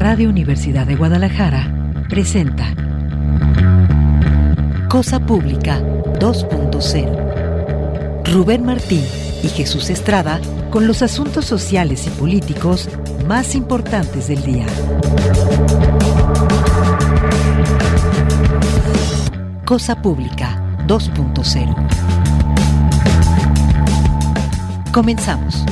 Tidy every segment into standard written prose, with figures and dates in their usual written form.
Radio Universidad de Guadalajara presenta Cosa Pública 2.0. Rubén Martín y Jesús Estrada con los asuntos sociales y políticos más importantes del día. Cosa Pública 2.0. Comenzamos.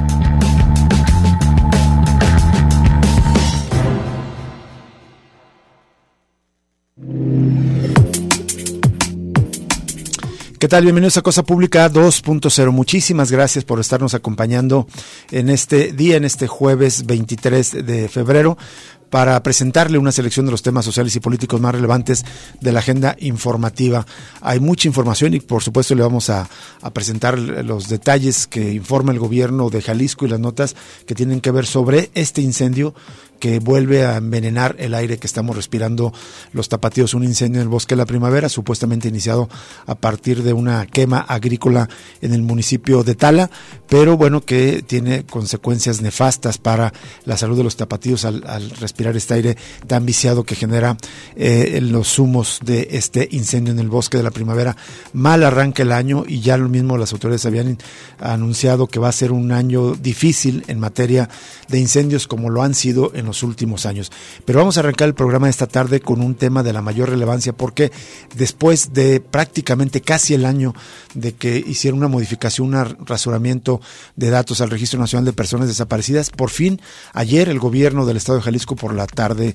¿Qué tal? Bienvenidos a Cosa Pública 2.0. Muchísimas gracias por estarnos acompañando en este día, en este jueves 23 de febrero, para presentarle una selección de los temas sociales y políticos más relevantes de la agenda informativa. Hay mucha información y por supuesto le vamos a presentar los detalles que informa el gobierno de Jalisco y las notas que tienen que ver sobre este incendio que vuelve a envenenar el aire que estamos respirando los tapatíos. Un incendio en el Bosque de la Primavera, supuestamente iniciado a partir de una quema agrícola en el municipio de Tala, pero bueno, que tiene consecuencias nefastas para la salud de los tapatíos al respirar este aire tan viciado que genera los humos de este incendio en el Bosque de la Primavera. Mal arranca el año y ya lo mismo las autoridades habían anunciado que va a ser un año difícil en materia de incendios como lo han sido en los últimos años. Pero vamos a arrancar el programa de esta tarde con un tema de la mayor relevancia porque después de prácticamente casi el año de que hicieron una modificación, un rasuramiento de datos al Registro Nacional de Personas Desaparecidas, por fin ayer el gobierno del estado de Jalisco por la tarde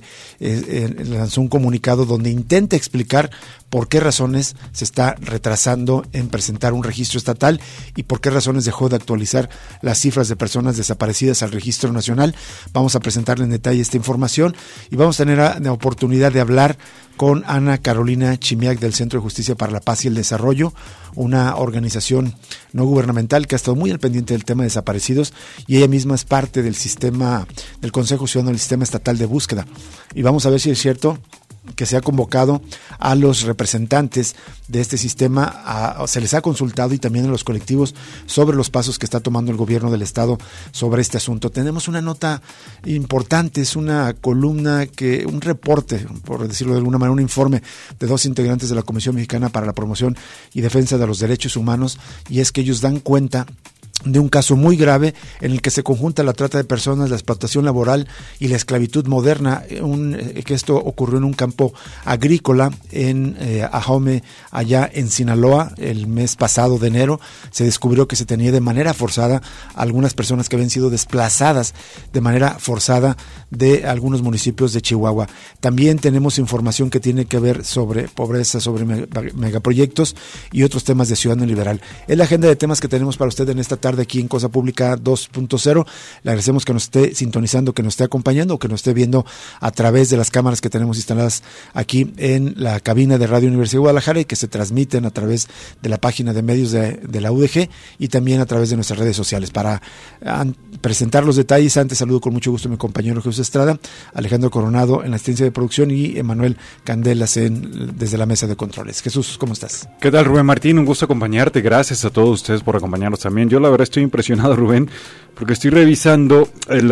lanzó un comunicado donde intenta explicar por qué razones se está retrasando en presentar un registro estatal y por qué razones dejó de actualizar las cifras de personas desaparecidas al Registro Nacional. Vamos a presentarle en detalle esta información y vamos a tener la oportunidad de hablar con Ana Carolina Chimiak del Centro de Justicia para la Paz y el Desarrollo, una organización no gubernamental que ha estado muy al pendiente del tema de desaparecidos y ella misma es parte del sistema, del Consejo Ciudadano del Sistema Estatal de Búsqueda. Y vamos a ver si es cierto que se ha convocado a los representantes de este sistema, se les ha consultado y también a los colectivos sobre los pasos que está tomando el gobierno del estado sobre este asunto. Tenemos una nota importante, es una columna, un reporte, por decirlo de alguna manera, un informe de dos integrantes de la Comisión Mexicana para la Promoción y Defensa de los Derechos Humanos, y es que ellos dan cuenta de un caso muy grave en el que se conjunta la trata de personas, la explotación laboral y la esclavitud moderna, que esto ocurrió en un campo agrícola en Ahome, allá en Sinaloa, el mes pasado de enero. Se descubrió que se tenía de manera forzada a algunas personas que habían sido desplazadas de manera forzada de algunos municipios de Chihuahua. También tenemos información que tiene que ver sobre pobreza, sobre megaproyectos y otros temas de Ciudadano Liberal. Es la agenda de temas que tenemos para usted en esta tarde aquí en Cosa Pública 2.0. Le agradecemos que nos esté sintonizando, que nos esté acompañando o que nos esté viendo a través de las cámaras que tenemos instaladas aquí en la cabina de Radio Universidad de Guadalajara y que se transmiten a través de la página de medios de la UDG y también a través de nuestras redes sociales. Para presentar los detalles, antes saludo con mucho gusto a mi compañero Jesús Estrada, Alejandro Coronado en la asistencia de producción y Emanuel Candelas desde la mesa de controles. Jesús, ¿cómo estás? ¿Qué tal, Rubén Martín? Un gusto acompañarte. Gracias a todos ustedes por acompañarnos también. Yo la verdad estoy impresionado, Rubén, porque estoy revisando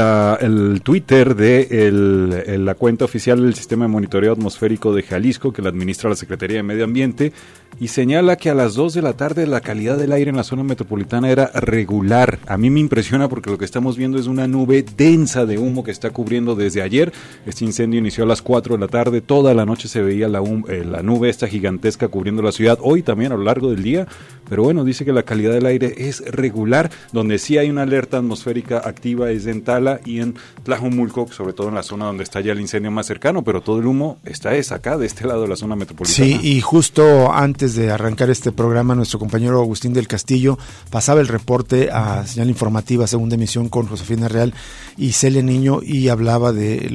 el Twitter de la cuenta oficial del Sistema de Monitoreo Atmosférico de Jalisco, que la administra la Secretaría de Medio Ambiente, y señala que a las 2 de la tarde la calidad del aire en la zona metropolitana era regular. A mí me impresiona porque lo que estamos viendo es una nube densa de humo que está cubriendo desde ayer. Este incendio inició a las 4 de la tarde, toda la noche se veía la nube esta gigantesca cubriendo la ciudad, hoy también a lo largo del día, pero bueno, dice que la calidad del aire es regular. Donde sí hay una alerta atmosférica activa es en Tala y en Tlajomulco, sobre todo en la zona donde está ya el incendio más cercano, pero todo el humo está acá, de este lado de la zona metropolitana. Sí, y justo antes de arrancar este programa, nuestro compañero Agustín del Castillo pasaba el reporte a Señal Informativa, segunda emisión, con Josefina Real y Celia Niño, y hablaba de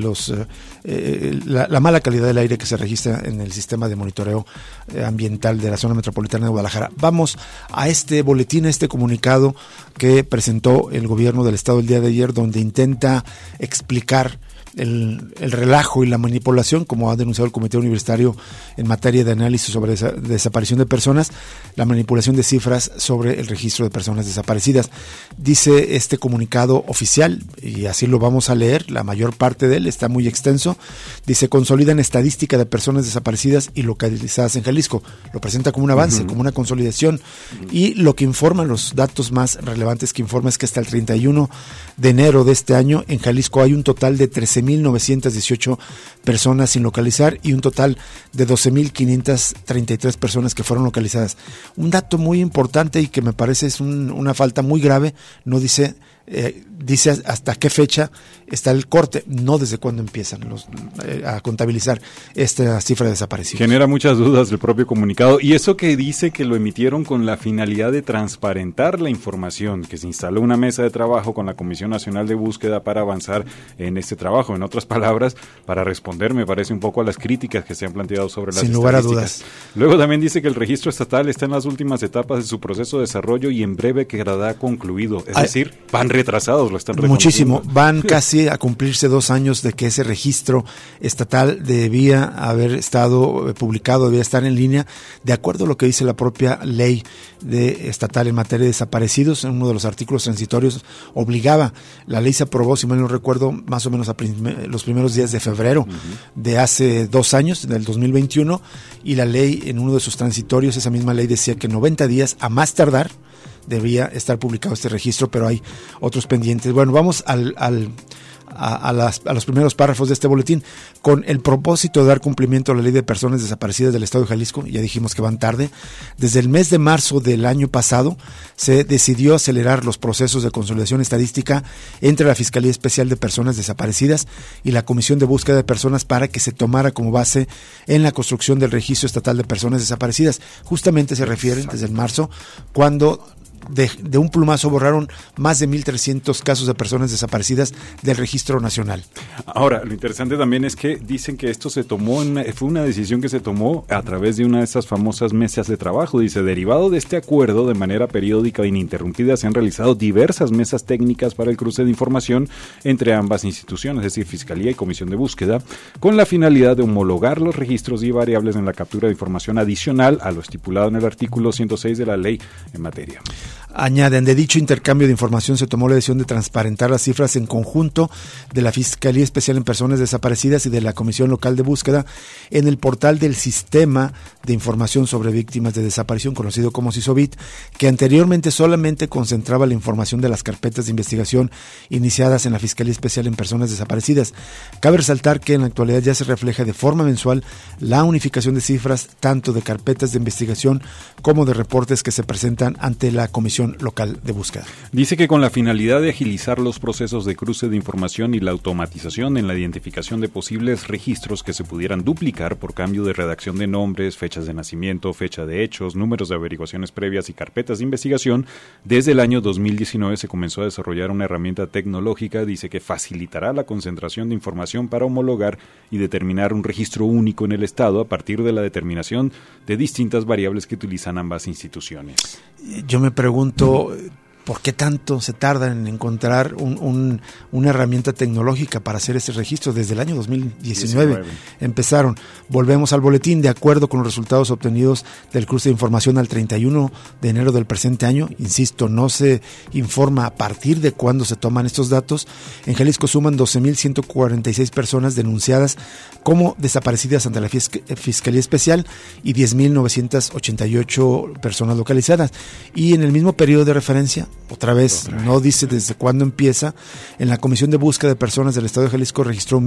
la mala calidad del aire que se registra en el sistema de monitoreo ambiental de la zona metropolitana de Guadalajara. Vamos a este boletín, a este comunicado que presentó el gobierno del estado el día de ayer, donde intenta explicar el relajo y la manipulación, como ha denunciado el Comité Universitario en materia de análisis sobre desaparición de personas, la manipulación de cifras sobre el registro de personas desaparecidas. Dice este comunicado oficial, y así lo vamos a leer, la mayor parte de él está muy extenso, dice: consolidan estadística de personas desaparecidas y localizadas en Jalisco. Lo presenta como un avance, como una consolidación, y lo que informa, los datos más relevantes que informa, es que hasta el 31 de enero de este año en Jalisco hay un total de 13.918 personas sin localizar y un total de 12.533 personas que fueron localizadas. Un dato muy importante y que me parece es una falta muy grave, no dice... dice hasta qué fecha está el corte, no desde cuándo empiezan a contabilizar esta cifra de desaparecidos. Genera muchas dudas el propio comunicado, y eso que dice que lo emitieron con la finalidad de transparentar la información, que se instaló una mesa de trabajo con la Comisión Nacional de Búsqueda para avanzar en este trabajo, en otras palabras, para responder, me parece, un poco a las críticas que se han planteado sobre las estadísticas. Sin lugar a dudas. Luego también dice que el registro estatal está en las últimas etapas de su proceso de desarrollo y en breve quedará concluido, es decir, van retrasados, lo están reconociendo. Muchísimo, van casi a cumplirse 2 años de que ese registro estatal debía haber estado publicado, debía estar en línea, de acuerdo a lo que dice la propia ley estatal en materia de desaparecidos. En uno de los artículos transitorios obligaba, la ley se aprobó, si mal no recuerdo, más o menos a los primeros días de febrero de hace 2 años, del 2021, y la ley en uno de sus transitorios, esa misma ley decía que 90 días a más tardar debía estar publicado este registro, pero hay otros pendientes. Bueno, vamos a los primeros párrafos de este boletín. Con el propósito de dar cumplimiento a la ley de personas desaparecidas del Estado de Jalisco, ya dijimos que van tarde, desde el mes de marzo del año pasado se decidió acelerar los procesos de consolidación estadística entre la Fiscalía Especial de Personas Desaparecidas y la Comisión de Búsqueda de Personas para que se tomara como base en la construcción del Registro Estatal de Personas Desaparecidas. Justamente se refieren desde el marzo, cuando de un plumazo borraron más de 1.300 casos de personas desaparecidas del registro nacional. Ahora, lo interesante también es que dicen que esto se tomó, fue una decisión que se tomó a través de una de estas famosas mesas de trabajo. Dice: derivado de este acuerdo, de manera periódica e ininterrumpida, se han realizado diversas mesas técnicas para el cruce de información entre ambas instituciones, es decir, Fiscalía y Comisión de Búsqueda, con la finalidad de homologar los registros y variables en la captura de información adicional a lo estipulado en el artículo 106 de la ley en materia. Añaden: de dicho intercambio de información se tomó la decisión de transparentar las cifras en conjunto de la Fiscalía Especial en Personas Desaparecidas y de la Comisión Local de Búsqueda en el portal del Sistema de Información sobre Víctimas de Desaparición, conocido como SISOBIT, que anteriormente solamente concentraba la información de las carpetas de investigación iniciadas en la Fiscalía Especial en Personas Desaparecidas. Cabe resaltar que en la actualidad ya se refleja de forma mensual la unificación de cifras tanto de carpetas de investigación como de reportes que se presentan ante la Comisión Local de Búsqueda. Dice que con la finalidad de agilizar los procesos de cruce de información y la automatización en la identificación de posibles registros que se pudieran duplicar por cambio de redacción de nombres, fechas de nacimiento, fecha de hechos, números de averiguaciones previas y carpetas de investigación, desde el año 2019 se comenzó a desarrollar una herramienta tecnológica, dice, que facilitará la concentración de información para homologar y determinar un registro único en el Estado a partir de la determinación de distintas variables que utilizan ambas instituciones. Yo me pregunto, ¿por qué tanto se tarda en encontrar una herramienta tecnológica para hacer ese registro? Desde el año 2019 empezaron. Volvemos al boletín. De acuerdo con los resultados obtenidos del cruce de información al 31 de enero del presente año, insisto, no se informa a partir de cuándo se toman estos datos, en Jalisco suman 12.146 personas denunciadas como desaparecidas ante la Fiscalía Especial y 10.988 personas localizadas. Y en el mismo periodo de referencia, otra vez, no dice desde cuándo empieza, en la Comisión de Búsqueda de Personas del Estado de Jalisco registró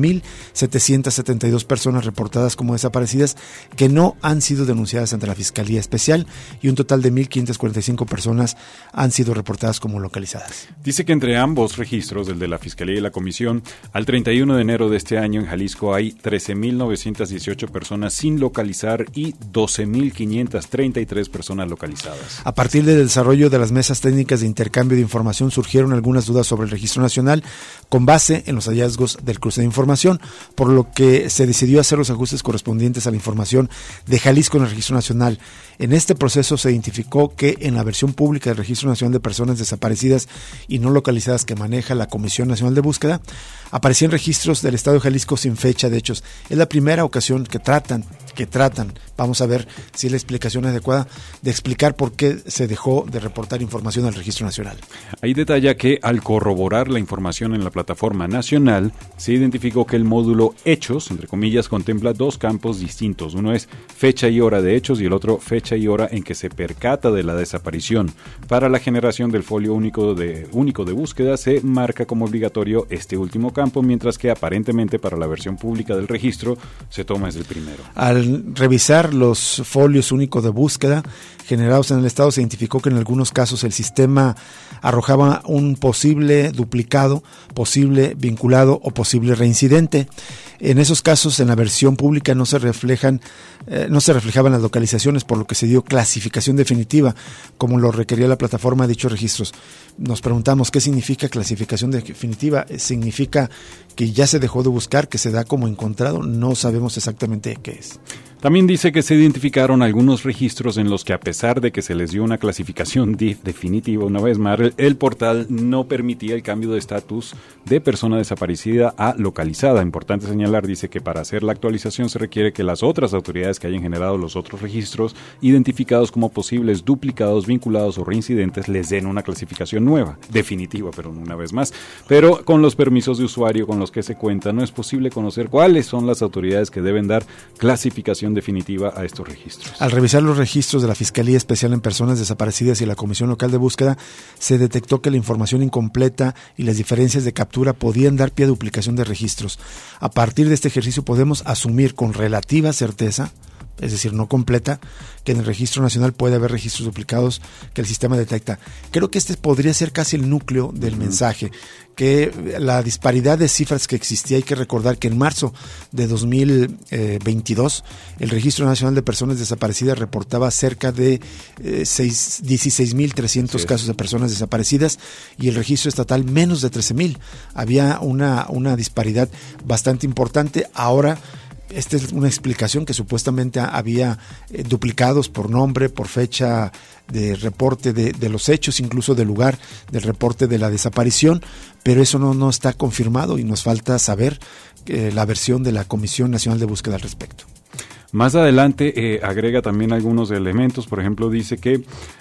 1.772 personas reportadas como desaparecidas que no han sido denunciadas ante la Fiscalía Especial, y un total de 1.545 personas han sido reportadas como localizadas. Dice que entre ambos registros, el de la Fiscalía y la Comisión, al 31 de enero de este año en Jalisco hay 13.918 personas sin localizar y 12.533 personas localizadas. A partir del desarrollo de las mesas técnicas de intercambio de información surgieron algunas dudas sobre el Registro Nacional con base en los hallazgos del cruce de información, por lo que se decidió hacer los ajustes correspondientes a la información de Jalisco en el Registro Nacional. En este proceso se identificó que en la versión pública del Registro Nacional de Personas Desaparecidas y No Localizadas que maneja la Comisión Nacional de Búsqueda, aparecían registros del Estado de Jalisco sin fecha de hechos. Es la primera ocasión que tratan, vamos a ver si es la explicación adecuada, de explicar por qué se dejó de reportar información al Registro Nacional. Ahí detalla que al corroborar la información en la plataforma nacional, se identificó que el módulo hechos, entre comillas, contempla dos campos distintos. Uno es fecha y hora de hechos y el otro fecha y hora en que se percata de la desaparición. Para la generación del folio único de búsqueda se marca como obligatorio este último campo, mientras que aparentemente para la versión pública del registro se toma desde el primero. Al revisar los folios únicos de búsqueda generados en el Estado, se identificó que en algunos casos el sistema arrojaba un posible duplicado, posible vinculado o posible reincidente. En esos casos, en la versión pública no se reflejaban las localizaciones, por lo que se dio clasificación definitiva, como lo requería la plataforma de dichos registros. Nos preguntamos, ¿qué significa clasificación definitiva? ¿Significa que ya se dejó de buscar, que se da como encontrado? No sabemos exactamente qué es. También dice que se identificaron algunos registros en los que, a pesar de que se les dio una clasificación definitiva, una vez más, el portal no permitía el cambio de estatus de persona desaparecida a localizada. Importante señalar, dice que para hacer la actualización se requiere que las otras autoridades que hayan generado los otros registros, identificados como posibles duplicados, vinculados o reincidentes, les den una clasificación nueva, definitiva, pero una vez más. Pero con los permisos de usuario con los que se cuenta, no es posible conocer cuáles son las autoridades que deben dar clasificación definitiva a estos registros. Al revisar los registros de la Fiscalía Especial en Personas Desaparecidas y la Comisión Local de Búsqueda, se detectó que la información incompleta y las diferencias de captura podían dar pie a duplicación de registros. A partir de este ejercicio podemos asumir con relativa certeza, es decir, no completa, que en el Registro Nacional puede haber registros duplicados que el sistema detecta. Creo que este podría ser casi el núcleo del mensaje, que la disparidad de cifras que existía, hay que recordar que en marzo de 2022 el Registro Nacional de Personas Desaparecidas reportaba cerca de 16,300 casos de personas desaparecidas y el registro estatal menos de 13,000. Había una disparidad bastante importante. Ahora, esta es una explicación que supuestamente había duplicados por nombre, por fecha de reporte de los hechos, incluso del lugar del reporte de la desaparición, pero eso no está confirmado y nos falta saber la versión de la Comisión Nacional de Búsqueda al respecto. Más adelante agrega también algunos elementos, por ejemplo dice que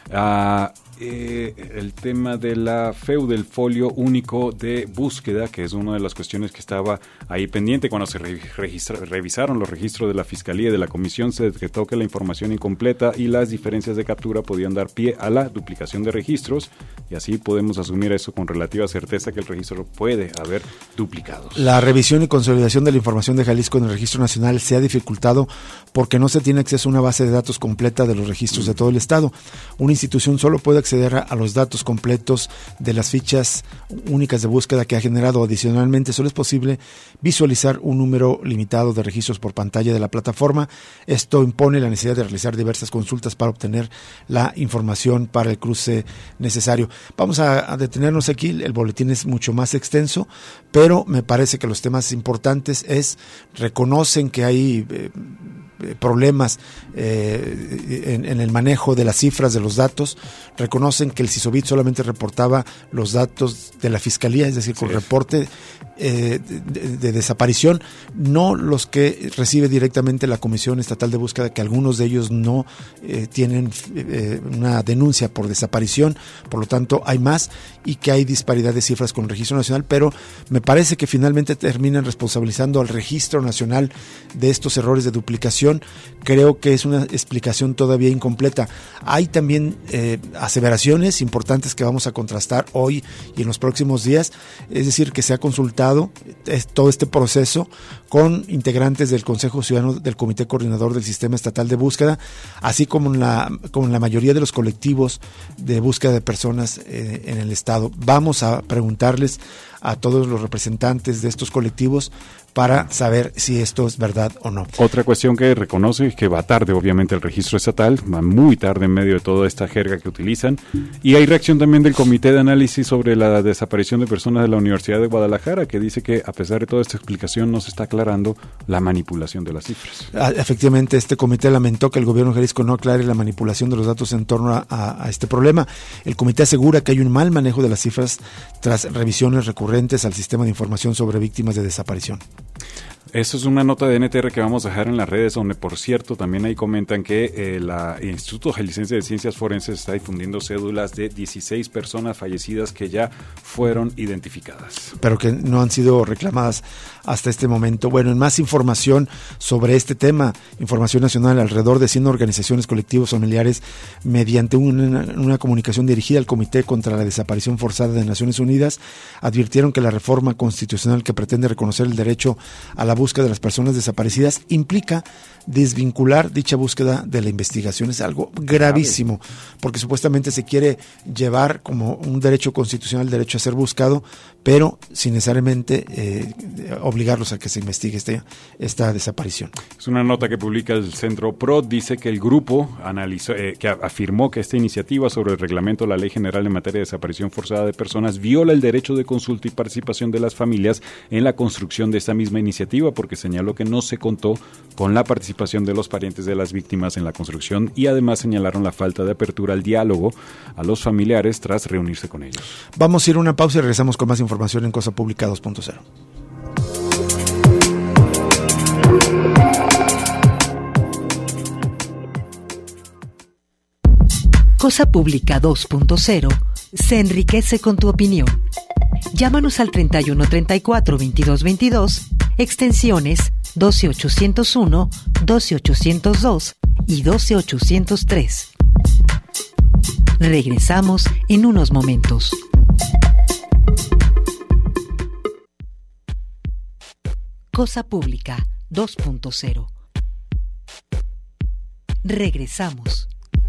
el tema de la FEU, del folio único de búsqueda, que es una de las cuestiones que estaba ahí pendiente cuando se revisaron los registros de la Fiscalía y de la Comisión, se detectó que la información incompleta y las diferencias de captura podían dar pie a la duplicación de registros, y así podemos asumir eso con relativa certeza, que el registro puede haber duplicados. La revisión y consolidación de la información de Jalisco en el Registro Nacional se ha dificultado porque no se tiene acceso a una base de datos completa de los registros de todo el Estado. Una institución solo puede acceder a los datos completos de las fichas únicas de búsqueda que ha generado. Adicionalmente, solo es posible visualizar un número limitado de registros por pantalla de la plataforma. Esto impone la necesidad de realizar diversas consultas para obtener la información para el cruce necesario. Vamos a detenernos aquí, el boletín es mucho más extenso, pero me parece que los temas importantes reconocen que hay problemas en el manejo de las cifras de los datos, reconocen que el CISOBIT solamente reportaba los datos de la Fiscalía, es decir, con reporte de desaparición, no los que recibe directamente la Comisión Estatal de Búsqueda, que algunos de ellos no tienen una denuncia por desaparición, por lo tanto hay más, y que hay disparidad de cifras con el Registro Nacional, pero me parece que finalmente terminan responsabilizando al Registro Nacional de estos errores de duplicación. Creo que es una explicación todavía incompleta. Hay también aseveraciones importantes que vamos a contrastar hoy y en los próximos días, es decir, que se ha consultado todo este proceso con integrantes del Consejo Ciudadano del Comité Coordinador del Sistema Estatal de Búsqueda, así como en la mayoría de los colectivos de búsqueda de personas en el Estado. Vamos a preguntarles a todos los representantes de estos colectivos para saber si esto es verdad o no. Otra cuestión que reconoce es que va tarde, obviamente, el registro estatal, va muy tarde en medio de toda esta jerga que utilizan, y hay reacción también del Comité de Análisis sobre la desaparición de personas de la Universidad de Guadalajara, que dice que a pesar de toda esta explicación no se está aclarando la manipulación de las cifras. Efectivamente, este comité lamentó que el gobierno de Jalisco no aclare la manipulación de los datos en torno a este problema. El comité asegura que hay un mal manejo de las cifras tras revisiones recurrentes al sistema de información sobre víctimas de desaparición. Eso es una nota de NTR que vamos a dejar en las redes, donde por cierto también ahí comentan que el Instituto Jalisciense de Ciencias Forenses está difundiendo cédulas de 16 personas fallecidas que ya fueron identificadas. Pero que no han sido reclamadas hasta este momento. Bueno, en más información sobre este tema, información nacional, alrededor de 100 organizaciones, colectivos familiares, mediante una comunicación dirigida al Comité contra la Desaparición Forzada de Naciones Unidas, advirtieron que la reforma constitucional que pretende reconocer el derecho a la búsqueda de las personas desaparecidas implica desvincular dicha búsqueda de la investigación. Es algo gravísimo, porque supuestamente se quiere llevar como un derecho constitucional el derecho a ser buscado, pero sin necesariamente obligarlos a que se investigue esta desaparición. Es una nota que publica el Centro PRO, dice que el grupo analizó, que afirmó que esta iniciativa sobre el reglamento de la Ley General en materia de desaparición forzada de personas viola el derecho de consulta y participación de las familias en la construcción de esta misma iniciativa, porque señaló que no se contó con la participación de los parientes de las víctimas en la construcción, y además señalaron la falta de apertura al diálogo a los familiares tras reunirse con ellos. Vamos a ir a una pausa y regresamos con más información en Cosa Pública 2.0. Cosa Pública 2.0 se enriquece con tu opinión. Llámanos al 3134-2222, extensiones 12801, 12802 y 12803. Regresamos en unos momentos. Cosa Pública 2.0. Regresamos.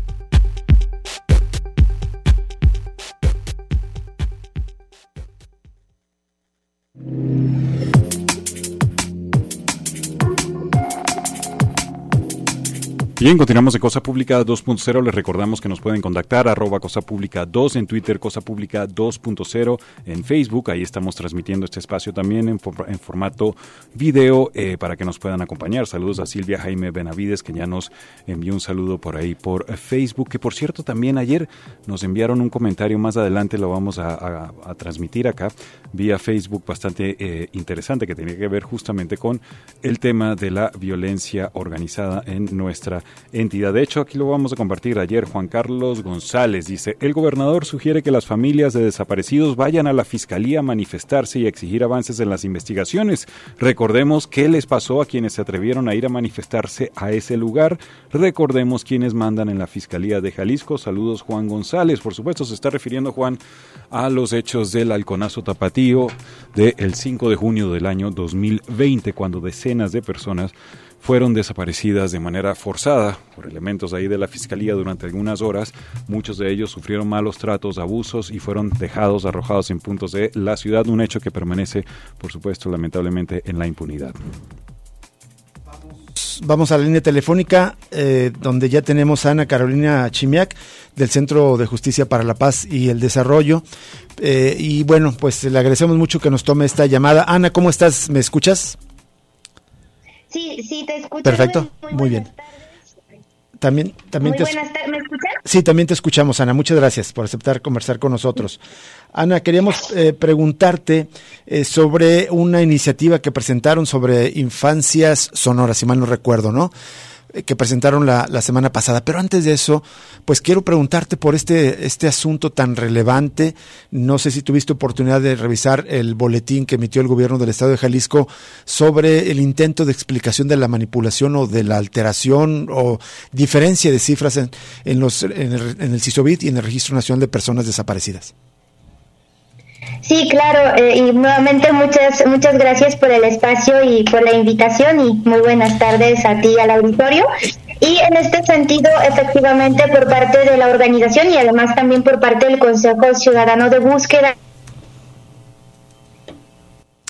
Bien, continuamos en Cosa Pública 2.0. Les recordamos que nos pueden contactar @Cosa Pública 2 en Twitter, Cosa Pública 2.0 en Facebook. Ahí estamos transmitiendo este espacio también en formato video para que nos puedan acompañar. Saludos a Silvia Jaime Benavides, que ya nos envió un saludo por ahí por Facebook, que por cierto también ayer nos enviaron un comentario, más adelante lo vamos a transmitir acá vía Facebook, bastante interesante, que tenía que ver justamente con el tema de la violencia organizada en nuestra entidad. De hecho, aquí lo vamos a compartir. Ayer Juan Carlos González dice: el gobernador sugiere que las familias de desaparecidos vayan a la fiscalía a manifestarse y a exigir avances en las investigaciones. Recordemos qué les pasó a quienes se atrevieron a ir a manifestarse a ese lugar. Recordemos quiénes mandan en la Fiscalía de Jalisco. Saludos, Juan González. Por supuesto, se está refiriendo, Juan, a los hechos del halconazo tapatío del 5 de junio del año 2020, cuando decenas de personas fueron desaparecidas de manera forzada por elementos ahí de la Fiscalía durante algunas horas. Muchos de ellos sufrieron malos tratos, abusos y fueron dejados, arrojados en puntos de la ciudad. Un hecho que permanece, por supuesto, lamentablemente, en la impunidad. Vamos a la línea telefónica, donde ya tenemos a Ana Carolina Chimiak, del Centro de Justicia para la Paz y el Desarrollo. Y bueno, pues le agradecemos mucho que nos tome esta llamada. Ana, ¿cómo estás? ¿Me escuchas? Sí, te escucho. Perfecto, muy bien. También muy buenas tardes, ¿me escuchas? Sí, también te escuchamos, Ana. Muchas gracias por aceptar conversar con nosotros. Ana, queríamos preguntarte sobre una iniciativa que presentaron sobre infancias sonoras, si mal no recuerdo, ¿no? Que presentaron la semana pasada. Pero antes de eso, pues quiero preguntarte por este asunto tan relevante. No sé si tuviste oportunidad de revisar el boletín que emitió el gobierno del estado de Jalisco sobre el intento de explicación de la manipulación o de la alteración o diferencia de cifras en el CISOBID y en el Registro Nacional de Personas Desaparecidas. Sí, claro, y nuevamente muchas gracias por el espacio y por la invitación, y muy buenas tardes a ti y al auditorio. Y en este sentido, efectivamente, por parte de la organización y además también por parte del Consejo Ciudadano de Búsqueda,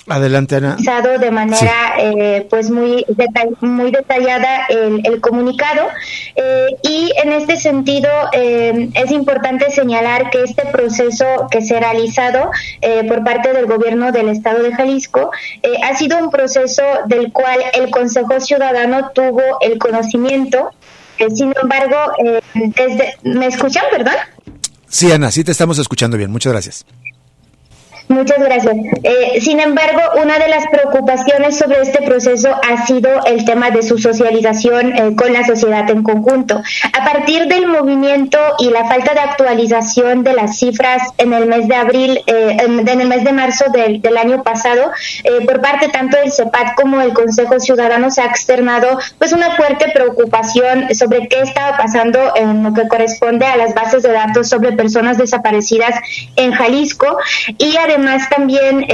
Adelante, Ana. De manera pues muy detallada el comunicado, y en este sentido es importante señalar que este proceso que se ha realizado por parte del gobierno del estado de Jalisco ha sido un proceso del cual el Consejo Ciudadano tuvo el conocimiento. Sin embargo, ¿me escuchan, perdón? Sí, Ana, sí te estamos escuchando bien, muchas gracias. Muchas gracias. Sin embargo, una de las preocupaciones sobre este proceso ha sido el tema de su socialización con la sociedad en conjunto. A partir del movimiento y la falta de actualización de las cifras en el mes de abril, en el mes de marzo del año pasado, por parte tanto del CEPAT como del Consejo Ciudadano se ha externado pues una fuerte preocupación sobre qué estaba pasando en lo que corresponde a las bases de datos sobre personas desaparecidas en Jalisco, y además también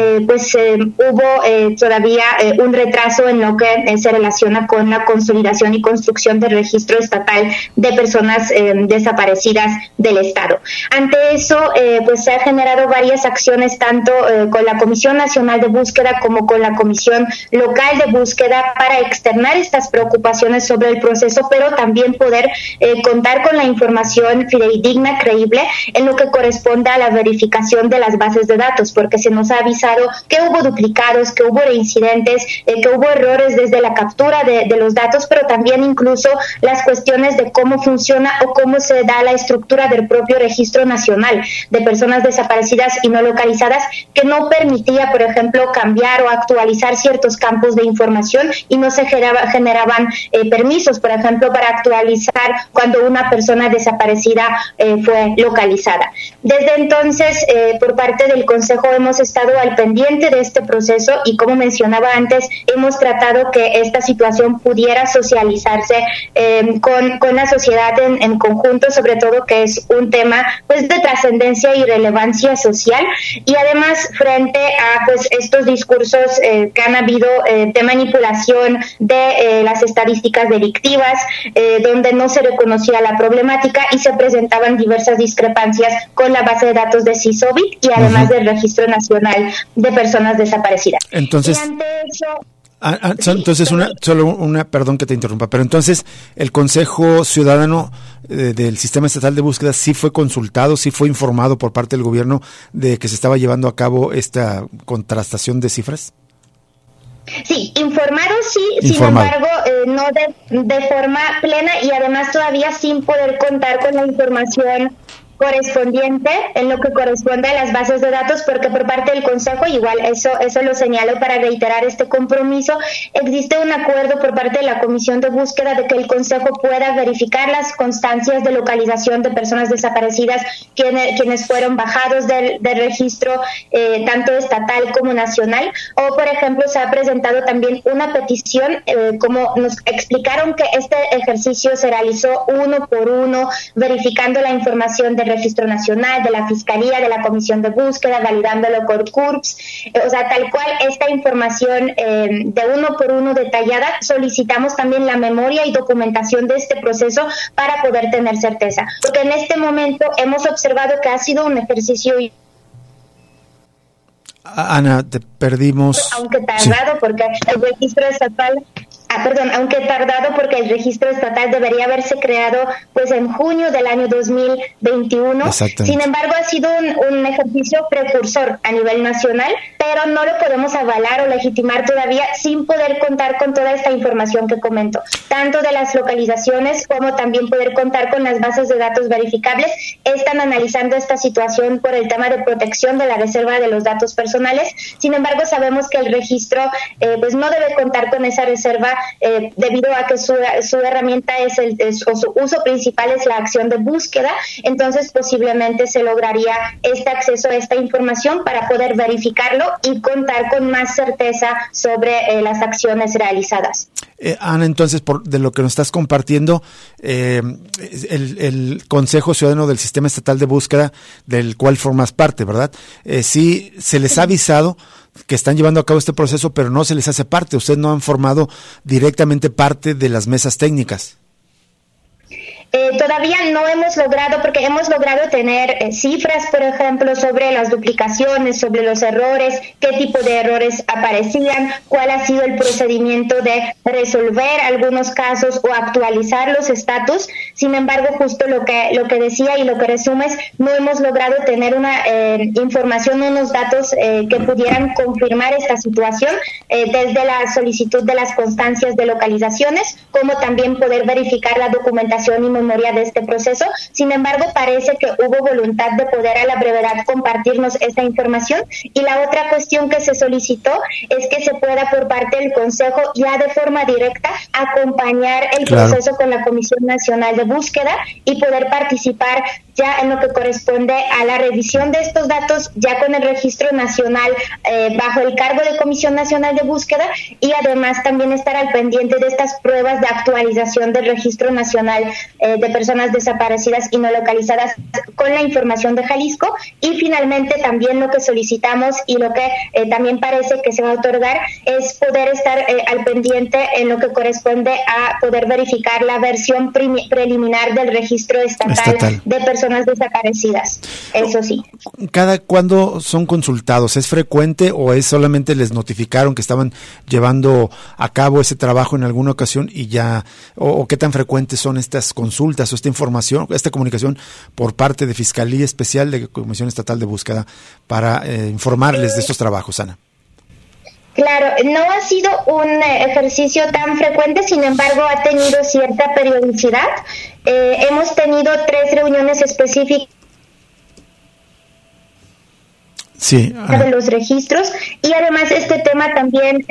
hubo todavía un retraso en lo que se relaciona con la consolidación y construcción del registro estatal de personas desaparecidas del Estado. Ante eso, pues se han generado varias acciones tanto con la Comisión Nacional de Búsqueda como con la Comisión Local de Búsqueda para externar estas preocupaciones sobre el proceso, pero también poder contar con la información fidedigna, creíble, en lo que corresponde a la verificación de las bases de datos, porque se nos ha avisado que hubo duplicados, que hubo reincidentes, que hubo errores desde la captura de los datos, pero también incluso las cuestiones de cómo funciona o cómo se da la estructura del propio Registro Nacional de Personas Desaparecidas y No Localizadas, que no permitía, por ejemplo, cambiar o actualizar ciertos campos de información y no se generaban permisos, por ejemplo, para actualizar cuando una persona desaparecida fue localizada. Desde entonces, por parte del Consejo hemos estado al pendiente de este proceso y, como mencionaba antes, hemos tratado que esta situación pudiera socializarse con la sociedad en conjunto, sobre todo que es un tema pues de trascendencia y relevancia social, y además frente a pues estos discursos que han habido de manipulación de las estadísticas delictivas, donde no se reconocía la problemática y se presentaban diversas discrepancias con la base de datos de CISOBIT y además del Registro Nacional de Personas Desaparecidas. Entonces, perdón que te interrumpa, pero entonces el Consejo Ciudadano del Sistema Estatal de Búsqueda sí fue consultado, sí fue informado por parte del gobierno de que se estaba llevando a cabo esta contrastación de cifras. Sí, informado sí, sin embargo, no de forma plena, y además todavía sin poder contar con la información correspondiente en lo que corresponde a las bases de datos, porque por parte del Consejo, igual eso lo señalo para reiterar este compromiso, existe un acuerdo por parte de la Comisión de Búsqueda de que el Consejo pueda verificar las constancias de localización de personas desaparecidas quienes fueron bajados del registro tanto estatal como nacional, o por ejemplo se ha presentado también una petición, como nos explicaron que este ejercicio se realizó uno por uno, verificando la información del Registro Nacional, de la Fiscalía, de la Comisión de Búsqueda, validándolo por CURPS, o sea, tal cual esta información de uno por uno detallada. Solicitamos también la memoria y documentación de este proceso para poder tener certeza, porque en este momento hemos observado que ha sido un ejercicio. Ana, te perdimos. Aunque tardado, sí, porque el registro estatal... aunque tardado porque el registro estatal debería haberse creado pues en junio del año 2021. Sin embargo, ha sido un ejercicio precursor a nivel nacional, pero no lo podemos avalar o legitimar todavía sin poder contar con toda esta información que comento, tanto de las localizaciones como también poder contar con las bases de datos verificables. Están analizando esta situación por el tema de protección de la reserva de los datos personales. Sin embargo, sabemos que el registro pues no debe contar con esa reserva debido a que su herramienta o su uso principal es la acción de búsqueda. Entonces posiblemente se lograría este acceso a esta información para poder verificarlo y contar con más certeza sobre las acciones realizadas. Ana, entonces, de lo que nos estás compartiendo, el Consejo Ciudadano del Sistema Estatal de Búsqueda, del cual formas parte, ¿verdad? Sí, se les ha avisado que están llevando a cabo este proceso, pero no se les hace parte. Ustedes no han formado directamente parte de las mesas técnicas. Todavía no hemos logrado, porque hemos logrado tener cifras, por ejemplo, sobre las duplicaciones, sobre los errores, qué tipo de errores aparecían, cuál ha sido el procedimiento de resolver algunos casos o actualizar los estatus. Sin embargo, justo lo que decía y lo que resumes, no hemos logrado tener una información, unos datos que pudieran confirmar esta situación, desde la solicitud de las constancias de localizaciones, como también poder verificar la documentación y memoria de este proceso. Sin embargo, parece que hubo voluntad de poder a la brevedad compartirnos esta información. Y la otra cuestión que se solicitó es que se pueda por parte del Consejo ya de forma directa acompañar el proceso con la Comisión Nacional de Búsqueda y poder participar ya en lo que corresponde a la revisión de estos datos ya con el Registro Nacional bajo el cargo de Comisión Nacional de Búsqueda, y además también estar al pendiente de estas pruebas de actualización del Registro Nacional de Personas Desaparecidas y No Localizadas con la información de Jalisco. Y finalmente también lo que solicitamos y lo que también parece que se va a otorgar es poder estar al pendiente en lo que corresponde a poder verificar la versión preliminar del Registro Estatal de Personas Desaparecidas. Eso sí. ¿Cada cuándo son consultados? ¿Es frecuente o es solamente les notificaron que estaban llevando a cabo ese trabajo en alguna ocasión y ya, o qué tan frecuentes son estas consultas o esta información, esta comunicación por parte de Fiscalía Especial de Comisión Estatal de Búsqueda para informarles de estos trabajos, Ana? Claro, no ha sido un ejercicio tan frecuente, sin embargo ha tenido cierta periodicidad. Hemos tenido 3 reuniones específicas de los registros, y además este tema también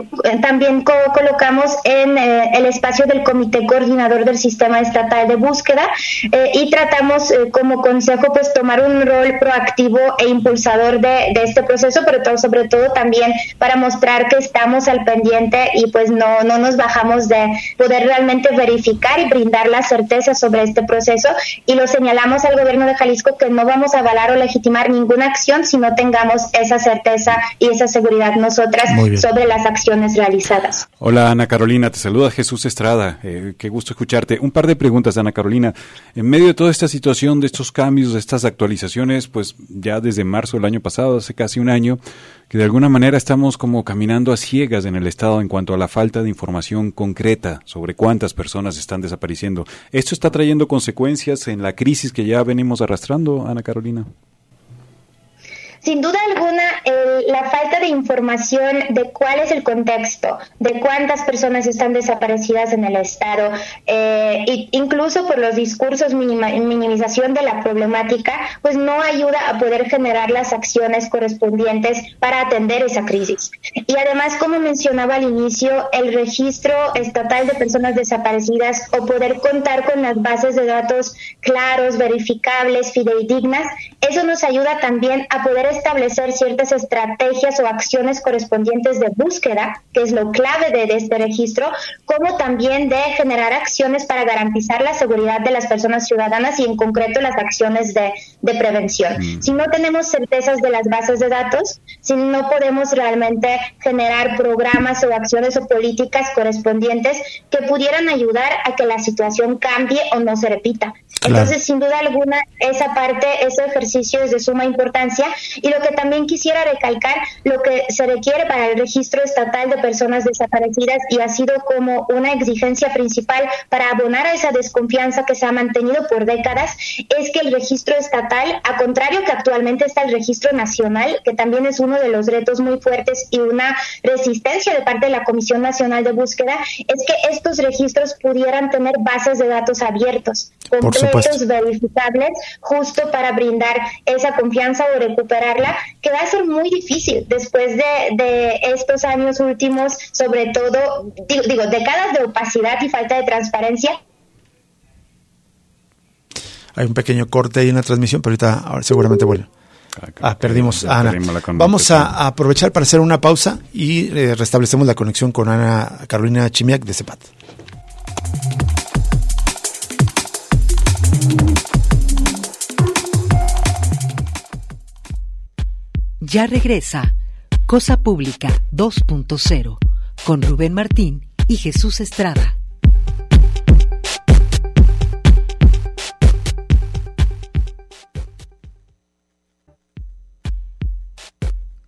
colocamos en el espacio del Comité Coordinador del Sistema Estatal de Búsqueda, y tratamos como consejo pues tomar un rol proactivo e impulsador de este proceso, pero sobre todo también para mostrar que estamos al pendiente y pues no nos bajamos de poder realmente verificar y brindar la certeza sobre este proceso, y lo señalamos al gobierno de Jalisco que no vamos a avalar o legitimar ninguna acción si no tengamos esa certeza y esa seguridad nosotras sobre las acciones realizadas. Hola Ana Carolina, te saluda Jesús Estrada, qué gusto escucharte. Un par de preguntas, Ana Carolina. En medio de toda esta situación, de estos cambios, de estas actualizaciones, pues ya desde marzo del año pasado, hace casi un año, que de alguna manera estamos como caminando a ciegas en el Estado en cuanto a la falta de información concreta sobre cuántas personas están desapareciendo. ¿Esto está trayendo consecuencias en la crisis que ya venimos arrastrando, Ana Carolina? Sin duda alguna, la falta de información de cuál es el contexto, de cuántas personas están desaparecidas en el Estado, incluso por los discursos minimización de la problemática, pues no ayuda a poder generar las acciones correspondientes para atender esa crisis. Y además, como mencionaba al inicio, el Registro Estatal de Personas Desaparecidas o poder contar con las bases de datos claros, verificables, fidedignas, eso nos ayuda también a poder establecer ciertas estrategias o acciones correspondientes de búsqueda, que es lo clave de este registro, como también de generar acciones para garantizar la seguridad de las personas ciudadanas y en concreto las acciones de prevención. Si no tenemos certezas de las bases de datos, si no podemos realmente generar programas o acciones o políticas correspondientes que pudieran ayudar a que la situación cambie o no se repita. Entonces, sin duda alguna, esa parte, ese ejercicio es de suma importancia. Y lo que también quisiera recalcar, lo que se requiere para el Registro Estatal de Personas Desaparecidas y ha sido como una exigencia principal para abonar a esa desconfianza que se ha mantenido por décadas, es que el Registro Estatal, a contrario que actualmente está el Registro Nacional, que también es uno de los retos muy fuertes y una resistencia de parte de la Comisión Nacional de Búsqueda, es que estos registros pudieran tener bases de datos abiertos, completos, verificables, justo para brindar esa confianza o recuperarla, que va a ser muy difícil después de estos años últimos, sobre todo, digo, décadas de opacidad y falta de transparencia. Hay un pequeño corte ahí en la transmisión, pero ahora seguramente vuelve. Perdimos a Ana. Vamos a aprovechar para hacer una pausa y restablecemos la conexión con Ana Carolina Chimiak de CEPAT. Ya regresa Cosa Pública 2.0 con Rubén Martín y Jesús Estrada.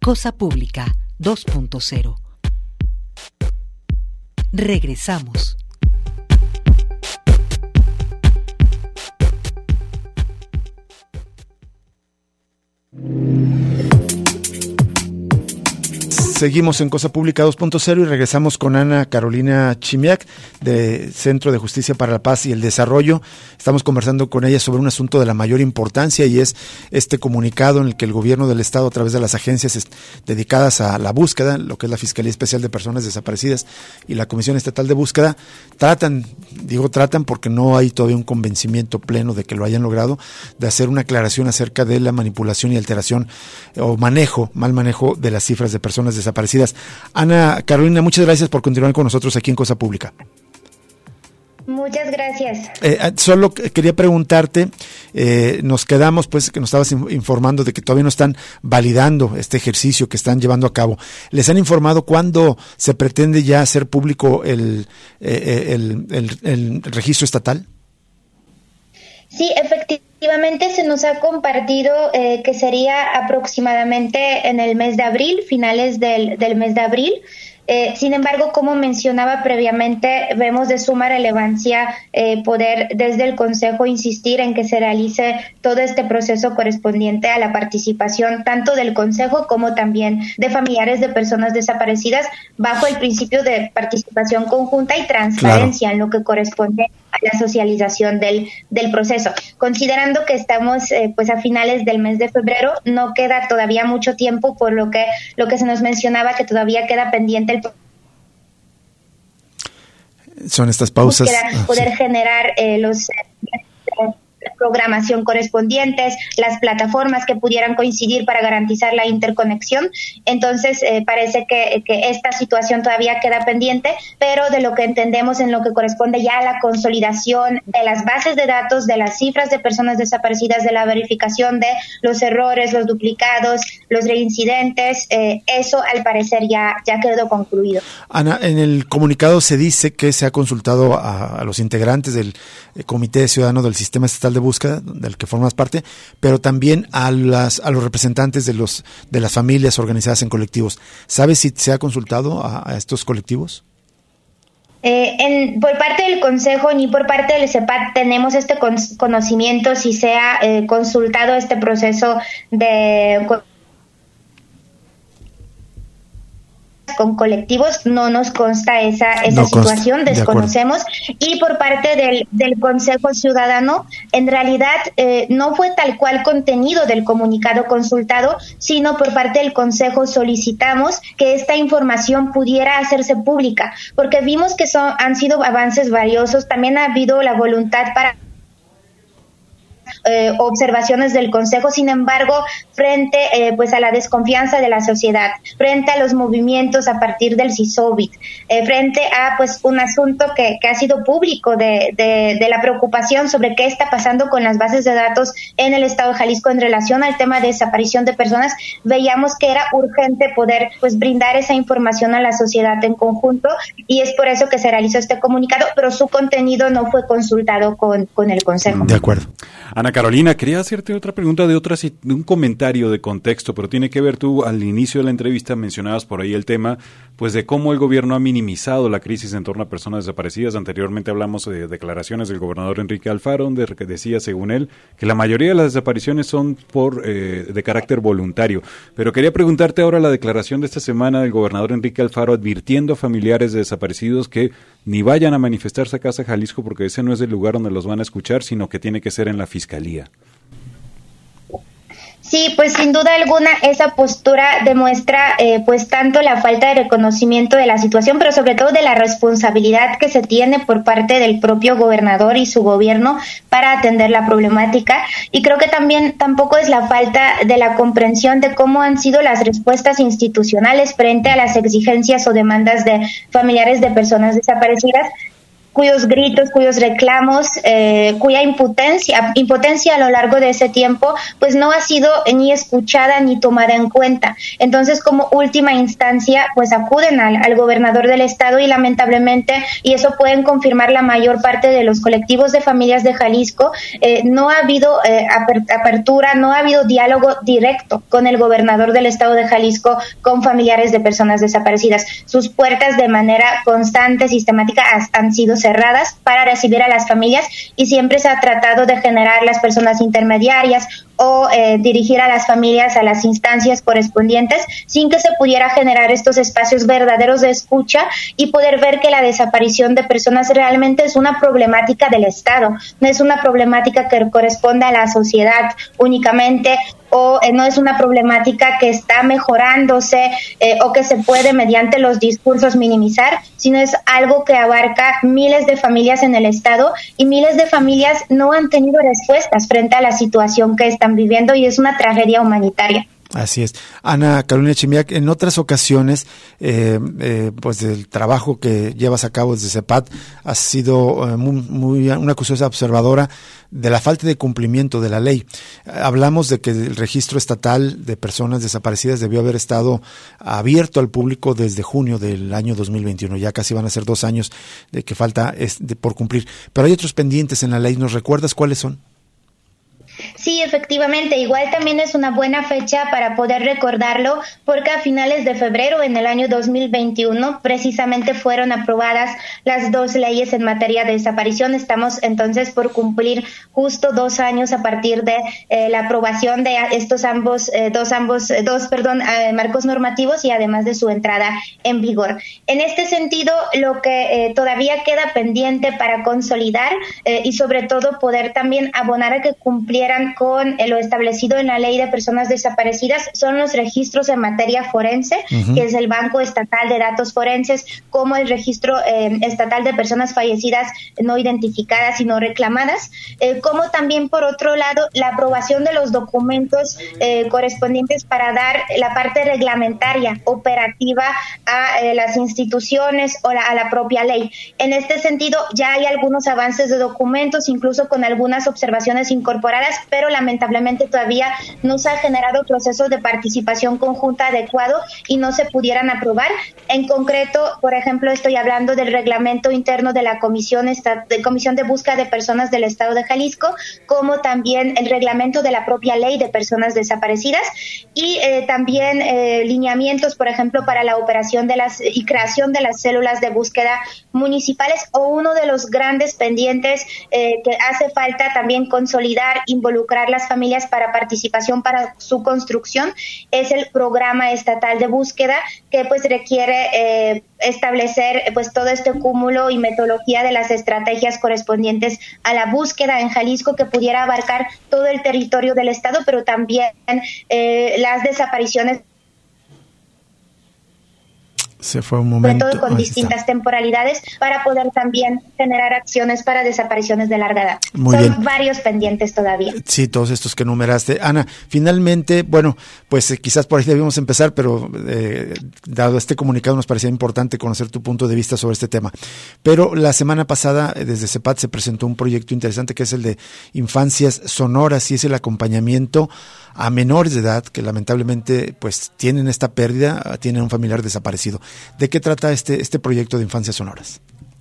Cosa Pública 2.0. Regresamos. Seguimos en Cosa Pública 2.0 y regresamos con Ana Carolina Chimiak, de Centro de Justicia para la Paz y el Desarrollo. Estamos conversando con ella sobre un asunto de la mayor importancia, y es este comunicado en el que el gobierno del Estado, a través de las agencias dedicadas a la búsqueda, lo que es la Fiscalía Especial de Personas Desaparecidas y la Comisión Estatal de Búsqueda, tratan porque no hay todavía un convencimiento pleno de que lo hayan logrado, de hacer una aclaración acerca de la manipulación y alteración o mal manejo de las cifras de personas desaparecidas. Ana Carolina, muchas gracias por continuar con nosotros aquí en Cosa Pública. Muchas gracias. Solo quería preguntarte, nos quedamos, pues, que nos estabas informando de que todavía no están validando este ejercicio que están llevando a cabo. ¿Les han informado cuándo se pretende ya hacer público el registro estatal? Sí, efectivamente se nos ha compartido que sería aproximadamente en el mes de abril, finales del mes de abril. Sin embargo, como mencionaba previamente, vemos de suma relevancia poder desde el Consejo insistir en que se realice todo este proceso correspondiente a la participación tanto del Consejo como también de familiares de personas desaparecidas, bajo el principio de participación conjunta y transparencia, claro, en lo que corresponde a la socialización del proceso. Considerando que estamos pues a finales del mes de febrero, no queda todavía mucho tiempo, por lo que se nos mencionaba que todavía queda pendiente son estas pausas, poder generar los programación correspondientes, las plataformas que pudieran coincidir para garantizar la interconexión. Entonces, parece que esta situación todavía queda pendiente, pero de lo que entendemos en lo que corresponde ya a la consolidación de las bases de datos, de las cifras de personas desaparecidas, de la verificación de los errores, los duplicados, los reincidentes, eso al parecer ya quedó concluido. Ana, en el comunicado se dice que se ha consultado a los integrantes del Comité Ciudadano del Sistema Estatal de Búsqueda, del que formas parte, pero también a los representantes de las familias organizadas en colectivos. ¿Sabes si se ha consultado a estos colectivos? Por parte del Consejo ni por parte del CEPAT tenemos este conocimiento si se ha consultado este proceso con colectivos, no nos consta esa situación, desconocemos. Y por parte del Consejo Ciudadano, en realidad no fue tal cual contenido del comunicado consultado, sino por parte del Consejo solicitamos que esta información pudiera hacerse pública, porque vimos que han sido avances valiosos, también ha habido la voluntad para observaciones del Consejo. Sin embargo, frente pues a la desconfianza de la sociedad, frente a los movimientos a partir del CISOBIT, frente a pues un asunto que ha sido público de la preocupación sobre qué está pasando con las bases de datos en el Estado de Jalisco en relación al tema de desaparición de personas, veíamos que era urgente poder pues brindar esa información a la sociedad en conjunto, y es por eso que se realizó este comunicado, pero su contenido no fue consultado con el Consejo. De acuerdo. Ana Carolina, quería hacerte otra pregunta de un comentario de contexto, pero tiene que ver, tú al inicio de la entrevista mencionabas por ahí el tema pues de cómo el gobierno ha minimizado la crisis en torno a personas desaparecidas. Anteriormente hablamos de declaraciones del gobernador Enrique Alfaro, donde decía, según él, que la mayoría de las desapariciones son de carácter voluntario. Pero quería preguntarte ahora la declaración de esta semana del gobernador Enrique Alfaro advirtiendo a familiares de desaparecidos que ni vayan a manifestarse a Casa Jalisco porque ese no es el lugar donde los van a escuchar, sino que tiene que ser en la Fiscalía. Sí, pues sin duda alguna esa postura demuestra pues tanto la falta de reconocimiento de la situación, pero sobre todo de la responsabilidad que se tiene por parte del propio gobernador y su gobierno para atender la problemática. Y creo que también tampoco es la falta de la comprensión de cómo han sido las respuestas institucionales frente a las exigencias o demandas de familiares de personas desaparecidas. cuyos gritos, cuyos reclamos, cuya impotencia a lo largo de ese tiempo, pues no ha sido ni escuchada ni tomada en cuenta. Entonces, como última instancia, pues acuden al gobernador del estado y lamentablemente, y eso pueden confirmar la mayor parte de los colectivos de familias de Jalisco, no ha habido apertura, no ha habido diálogo directo con el gobernador del estado de Jalisco, con familiares de personas desaparecidas. Sus puertas de manera constante, sistemática, han sido cerradas para recibir a las familias y siempre se ha tratado de generar las personas intermediarias o dirigir a las familias a las instancias correspondientes sin que se pudiera generar estos espacios verdaderos de escucha y poder ver que la desaparición de personas realmente es una problemática del Estado, no es una problemática que corresponde a la sociedad únicamente, o no es una problemática que está mejorándose o que se puede mediante los discursos minimizar, sino es algo que abarca miles de familias en el estado y miles de familias no han tenido respuestas frente a la situación que están viviendo y es una tragedia humanitaria. Así es. Ana Carolina Chimiak, en otras ocasiones, pues el trabajo que llevas a cabo desde CEPAD ha sido muy una acusación observadora de la falta de cumplimiento de la ley. Hablamos de que el registro estatal de personas desaparecidas debió haber estado abierto al público desde junio del año 2021. Ya casi van a ser 2 años de que falta por cumplir. Pero hay otros pendientes en la ley. ¿Nos recuerdas cuáles son? Sí, efectivamente, igual también es una buena fecha para poder recordarlo porque a finales de febrero en el año 2021 precisamente fueron aprobadas las 2 leyes en materia de desaparición. Estamos entonces por cumplir justo 2 años a partir de la aprobación de estos dos marcos normativos y además de su entrada en vigor. En este sentido, lo que todavía queda pendiente para consolidar y sobre todo poder también abonar a que cumplieran con lo establecido en la Ley de Personas Desaparecidas son los registros en materia forense, que es el Banco Estatal de Datos Forenses, como el Registro Estatal de Personas Fallecidas no identificadas y no reclamadas, como también, por otro lado, la aprobación de los documentos correspondientes para dar la parte reglamentaria, operativa a las instituciones o a la propia ley. En este sentido, ya hay algunos avances de documentos, incluso con algunas observaciones incorporadas, pero lamentablemente todavía no se ha generado procesos de participación conjunta adecuado y no se pudieran aprobar. En concreto, por ejemplo, estoy hablando del reglamento interno de la Comisión de Búsqueda de Personas del Estado de Jalisco, como también el reglamento de la propia Ley de Personas Desaparecidas y también lineamientos, por ejemplo, para la operación y creación de las células de búsqueda municipales, o uno de los grandes pendientes que hace falta también consolidar, involucrar las familias para participación para su construcción, es el programa estatal de búsqueda, que pues requiere establecer pues todo este cúmulo y metodología de las estrategias correspondientes a la búsqueda en Jalisco, que pudiera abarcar todo el territorio del estado, pero también las desapariciones. Se fue un momento. Sobre todo con distintas temporalidades para poder también generar acciones para desapariciones de larga edad. Son varios pendientes todavía. Sí, todos estos que enumeraste. Ana, finalmente, bueno, pues quizás por ahí debíamos empezar, pero dado este comunicado nos parecía importante conocer tu punto de vista sobre este tema. Pero la semana pasada desde CEPAD se presentó un proyecto interesante que es el de Infancias Sonoras, y es el acompañamiento a menores de edad que lamentablemente pues tienen esta pérdida, tienen un familiar desaparecido. ¿De qué trata este proyecto de Infancias Sonoras?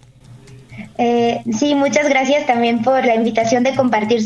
Sí, muchas gracias también por la invitación de compartir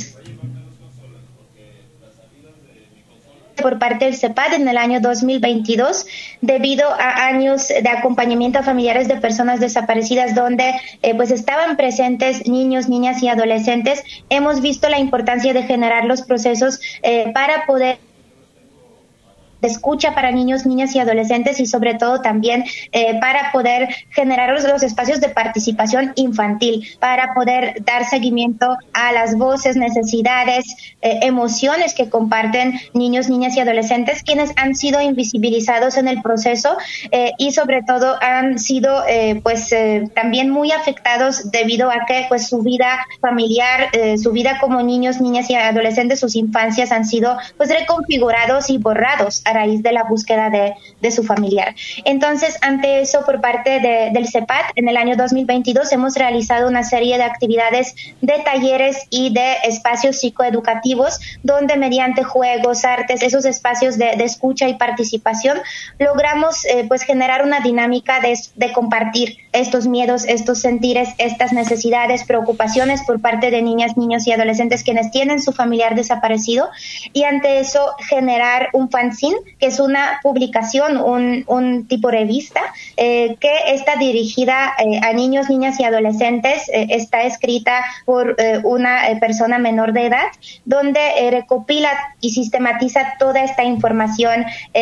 por parte del CEPAD en el año 2022, debido a años de acompañamiento a familiares de personas desaparecidas donde pues estaban presentes niños, niñas y adolescentes. Hemos visto la importancia de generar los procesos para poder escucha para niños, niñas y adolescentes, y sobre todo también para poder generar los espacios de participación infantil, para poder dar seguimiento a las voces, necesidades, emociones que comparten niños, niñas y adolescentes, quienes han sido invisibilizados en el proceso y sobre todo han sido también muy afectados debido a que pues su vida familiar, su vida como niños, niñas y adolescentes, sus infancias han sido pues reconfigurados y borrados. a raíz de la búsqueda de su familiar. Entonces, ante eso, por parte del CEPAT, en el año 2022 hemos realizado una serie de actividades, de talleres y de espacios psicoeducativos, donde mediante juegos, artes, esos espacios de escucha y participación, logramos pues generar una dinámica de compartir estos miedos, estos sentires, estas necesidades, preocupaciones por parte de niñas, niños y adolescentes quienes tienen su familiar desaparecido, y ante eso generar un fanzine, que es una publicación, un tipo revista, que está dirigida a niños, niñas y adolescentes, está escrita por una persona menor de edad, donde recopila y sistematiza toda esta información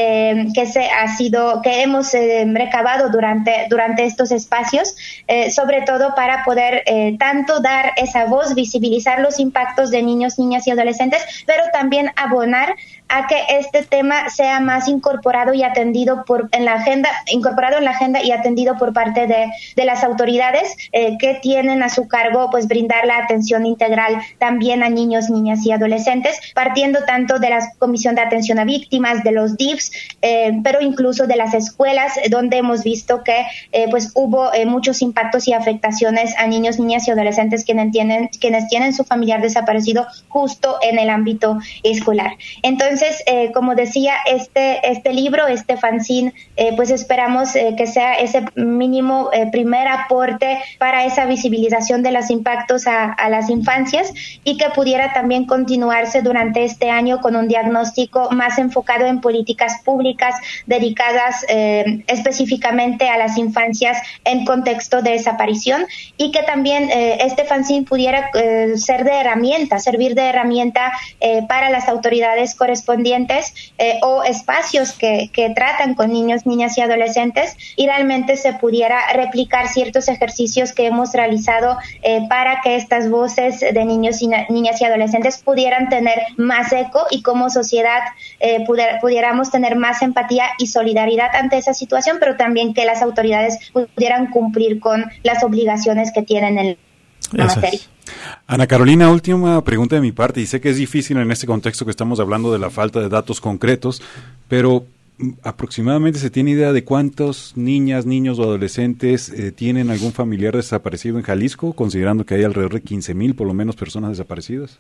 que hemos recabado durante estos espacios, sobre todo para poder tanto dar esa voz, visibilizar los impactos de niños, niñas y adolescentes, pero también abonar a que este tema sea más incorporado y atendido en la agenda y atendido por parte de las autoridades que tienen a su cargo pues brindar la atención integral también a niños, niñas y adolescentes, partiendo tanto de la Comisión de Atención a Víctimas, de los DIFs, pero incluso de las escuelas, donde hemos visto que pues hubo muchos impactos y afectaciones a niños, niñas y adolescentes quienes tienen su familiar desaparecido justo en el ámbito escolar. Entonces, como decía, este libro, este fanzine, pues esperamos que sea ese mínimo primer aporte para esa visibilización de los impactos a las infancias, y que pudiera también continuarse durante este año con un diagnóstico más enfocado en políticas públicas dedicadas específicamente a las infancias en contexto de desaparición, y que también este fanzine pudiera servir de herramienta para las autoridades correspondientes o espacios que tratan con niños, niñas y adolescentes, y realmente se pudiera replicar ciertos ejercicios que hemos realizado para que estas voces de niños y niñas y adolescentes pudieran tener más eco, y como sociedad pudiéramos tener más empatía y solidaridad ante esa situación, pero también que las autoridades pudieran cumplir con las obligaciones que tienen en la materia. Ana Carolina, última pregunta de mi parte, y sé que es difícil en este contexto que estamos hablando de la falta de datos concretos, pero aproximadamente se tiene idea de cuántos niñas, niños o adolescentes tienen algún familiar desaparecido en Jalisco, considerando que hay alrededor de 15,000 por lo menos personas desaparecidas.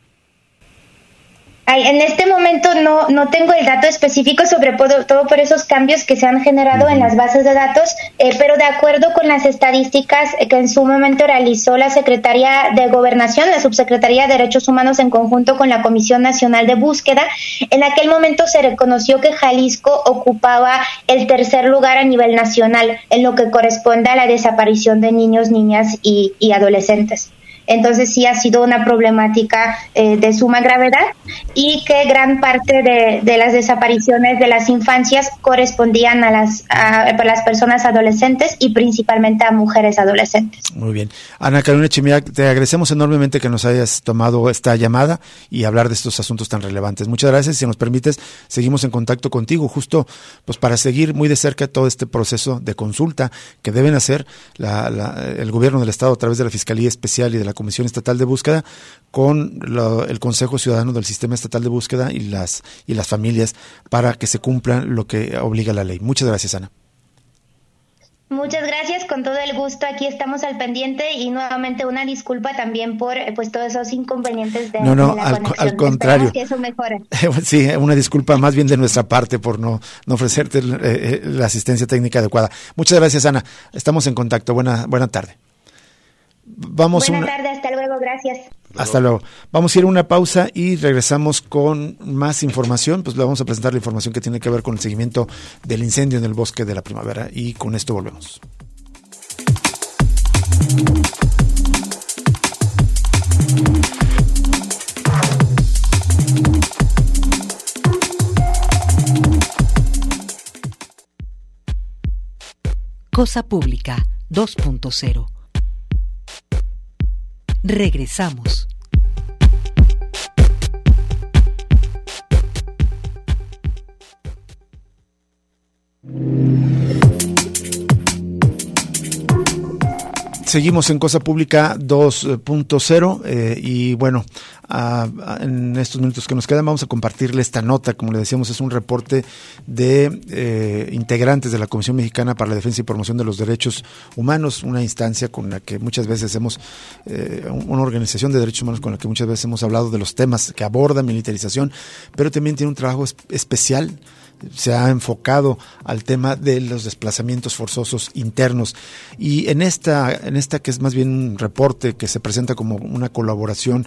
En este momento no tengo el dato específico, sobre todo por esos cambios que se han generado en las bases de datos, pero de acuerdo con las estadísticas que en su momento realizó la Secretaría de Gobernación, la Subsecretaría de Derechos Humanos en conjunto con la Comisión Nacional de Búsqueda, en aquel momento se reconoció que Jalisco ocupaba el tercer lugar a nivel nacional en lo que corresponde a la desaparición de niños, niñas y adolescentes. Entonces sí ha sido una problemática de suma gravedad, y que gran parte de las desapariciones de las infancias correspondían a las personas adolescentes, y principalmente a mujeres adolescentes. Muy bien. Ana Carolina Echemilla, te agradecemos enormemente que nos hayas tomado esta llamada y hablar de estos asuntos tan relevantes. Muchas gracias. Si nos permites, seguimos en contacto contigo justo pues para seguir muy de cerca todo este proceso de consulta que deben hacer el gobierno del Estado a través de la Fiscalía Especial y de la Comisión Estatal de Búsqueda con el Consejo Ciudadano del Sistema Estatal de Búsqueda y las familias, para que se cumpla lo que obliga la ley. Muchas gracias, Ana. Muchas gracias, con todo el gusto, aquí estamos al pendiente, y nuevamente una disculpa también por pues todos esos inconvenientes de la conexión. Al contrario. Esperamos que eso mejore. Sí, una disculpa más bien de nuestra parte por no ofrecerte la asistencia técnica adecuada. Muchas gracias, Ana. Estamos en contacto. Buena tarde. Buena tarde, hasta luego, gracias. Hasta luego. Vamos a ir a una pausa y regresamos con más información. Pues le vamos a presentar la información que tiene que ver con el seguimiento del incendio en el Bosque de la Primavera, y con esto volvemos. Cosa Pública 2.0. Regresamos. Seguimos en Cosa Pública 2.0 y bueno, en estos minutos que nos quedan vamos a compartirle esta nota. Como le decíamos, es un reporte de integrantes de la Comisión Mexicana para la Defensa y Promoción de los Derechos Humanos, una instancia con la que muchas veces una organización de derechos humanos con la que muchas veces hemos hablado de los temas que aborda militarización, pero también tiene un trabajo especial. Se ha enfocado al tema de los desplazamientos forzosos internos y en esta que es más bien un reporte que se presenta como una colaboración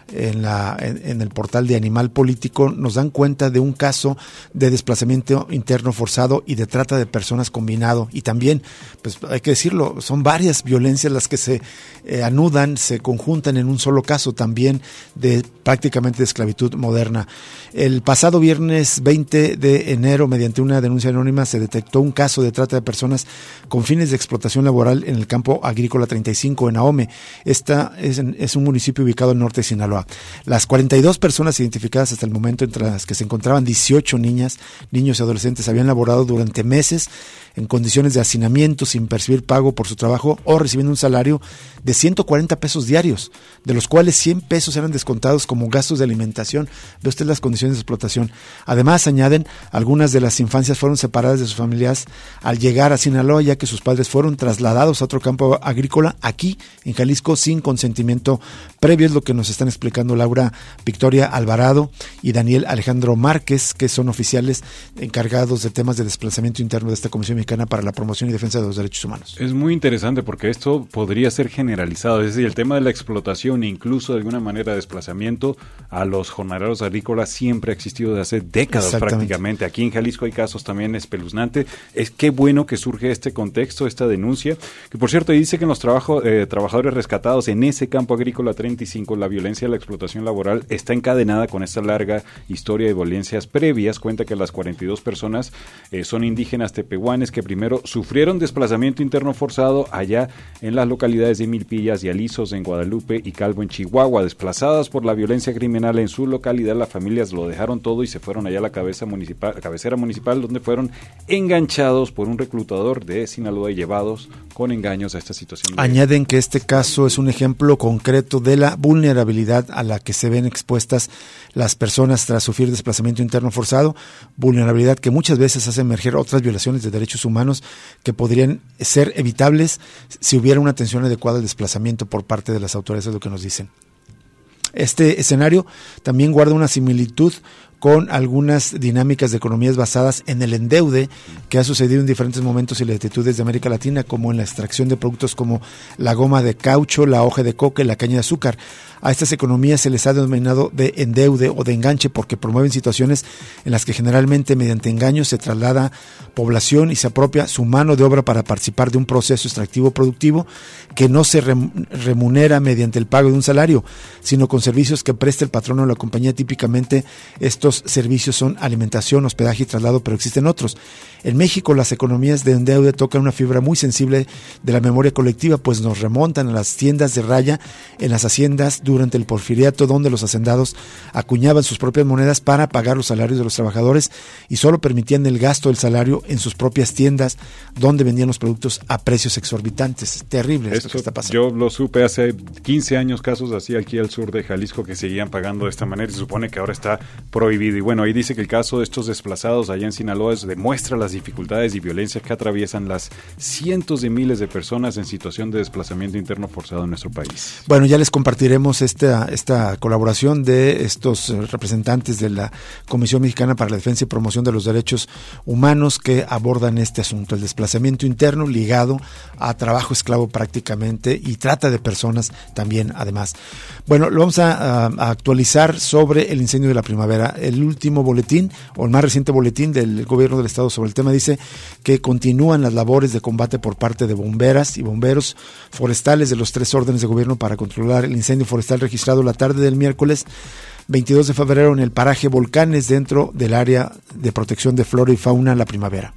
en el portal de Animal Político, nos dan cuenta de un caso de desplazamiento interno forzado y de trata de personas combinado, y también, pues hay que decirlo, son varias violencias las que se anudan, se conjuntan en un solo caso también prácticamente de esclavitud moderna. El pasado viernes 20 de enero, mediante una denuncia anónima, se detectó un caso de trata de personas con fines de explotación laboral en el campo agrícola 35 en Ahome. Esta es un municipio ubicado al norte de Sinaloa. Las 42 personas identificadas hasta el momento, entre las que se encontraban 18 niños y adolescentes, habían laborado durante meses en condiciones de hacinamiento, sin percibir pago por su trabajo o recibiendo un salario de 140 pesos diarios, de los cuales 100 pesos eran descontados como gastos de alimentación. Ve usted las condiciones de explotación. Además, añaden, algunas de las infancias fueron separadas de sus familias al llegar a Sinaloa, ya que sus padres fueron trasladados a otro campo agrícola aquí en Jalisco sin consentimiento previo. Es lo que nos están explicando Laura Victoria Alvarado y Daniel Alejandro Márquez, que son oficiales encargados de temas de desplazamiento interno de esta Comisión Mexicana para la Promoción y Defensa de los Derechos Humanos. Es muy interesante porque esto podría ser generalizado, es decir, el tema de la explotación e incluso de alguna manera desplazamiento a los jornaleros agrícolas siempre ha existido desde hace décadas prácticamente. Aquí en Jalisco hay casos también espeluznantes. Es qué bueno que surge este contexto, esta denuncia, que por cierto dice que en los trabajadores rescatados en ese campo agrícola 35, la violencia de la explotación laboral está encadenada con esta larga historia de violencias previas. Cuenta que las 42 personas son indígenas tepehuanes que primero sufrieron desplazamiento interno forzado allá en las localidades de Milpillas y Alizos en Guadalupe y Calvo en Chihuahua. Desplazadas por la violencia criminal en su localidad, las familias lo dejaron todo y se fueron allá a la cabecera municipal, donde fueron enganchados por un reclutador de Sinaloa y llevados con engaños a esta situación. Añaden que este caso es un ejemplo concreto de la vulnerabilidad a la que se ven expuestas las personas tras sufrir desplazamiento interno forzado, vulnerabilidad que muchas veces hace emerger otras violaciones de derechos humanos que podrían ser evitables si hubiera una atención adecuada al desplazamiento por parte de las autoridades, es lo que nos dicen. Este escenario también guarda una similitud con algunas dinámicas de economías basadas en el endeude que ha sucedido en diferentes momentos y latitudes de América Latina, como en la extracción de productos como la goma de caucho, la hoja de coca y la caña de azúcar. A estas economías se les ha denominado de endeude o de enganche porque promueven situaciones en las que generalmente mediante engaños se traslada población y se apropia su mano de obra para participar de un proceso extractivo productivo que no se remunera mediante el pago de un salario, sino con servicios que presta el patrono o la compañía. Típicamente estos servicios son alimentación, hospedaje y traslado, pero existen otros. En México las economías de endeude tocan una fibra muy sensible de la memoria colectiva, pues nos remontan a las tiendas de raya en las haciendas durante el porfiriato, donde los hacendados acuñaban sus propias monedas para pagar los salarios de los trabajadores y solo permitían el gasto del salario en sus propias tiendas, donde vendían los productos a precios exorbitantes. Terrible esto que está pasando. Yo lo supe hace 15 años, casos así aquí al sur de Jalisco que seguían pagando de esta manera y se supone que ahora está prohibido. Y bueno, ahí dice que el caso de estos desplazados allá en Sinaloa demuestra las dificultades y violencias que atraviesan las cientos de miles de personas en situación de desplazamiento interno forzado en nuestro país. Bueno, ya les compartiremos esta colaboración de estos representantes de la Comisión Mexicana para la Defensa y Promoción de los Derechos Humanos que abordan este asunto, el desplazamiento interno ligado a trabajo esclavo prácticamente y trata de personas también además. Bueno, lo vamos a actualizar sobre el incendio de la primavera. El último boletín o el más reciente boletín del gobierno del estado sobre el tema dice que continúan las labores de combate por parte de bomberas y bomberos forestales de los 3 órdenes de gobierno para controlar el incendio forestal registrado la tarde del miércoles 22 de febrero en el paraje Volcanes, dentro del área de protección de flora y fauna La Primavera.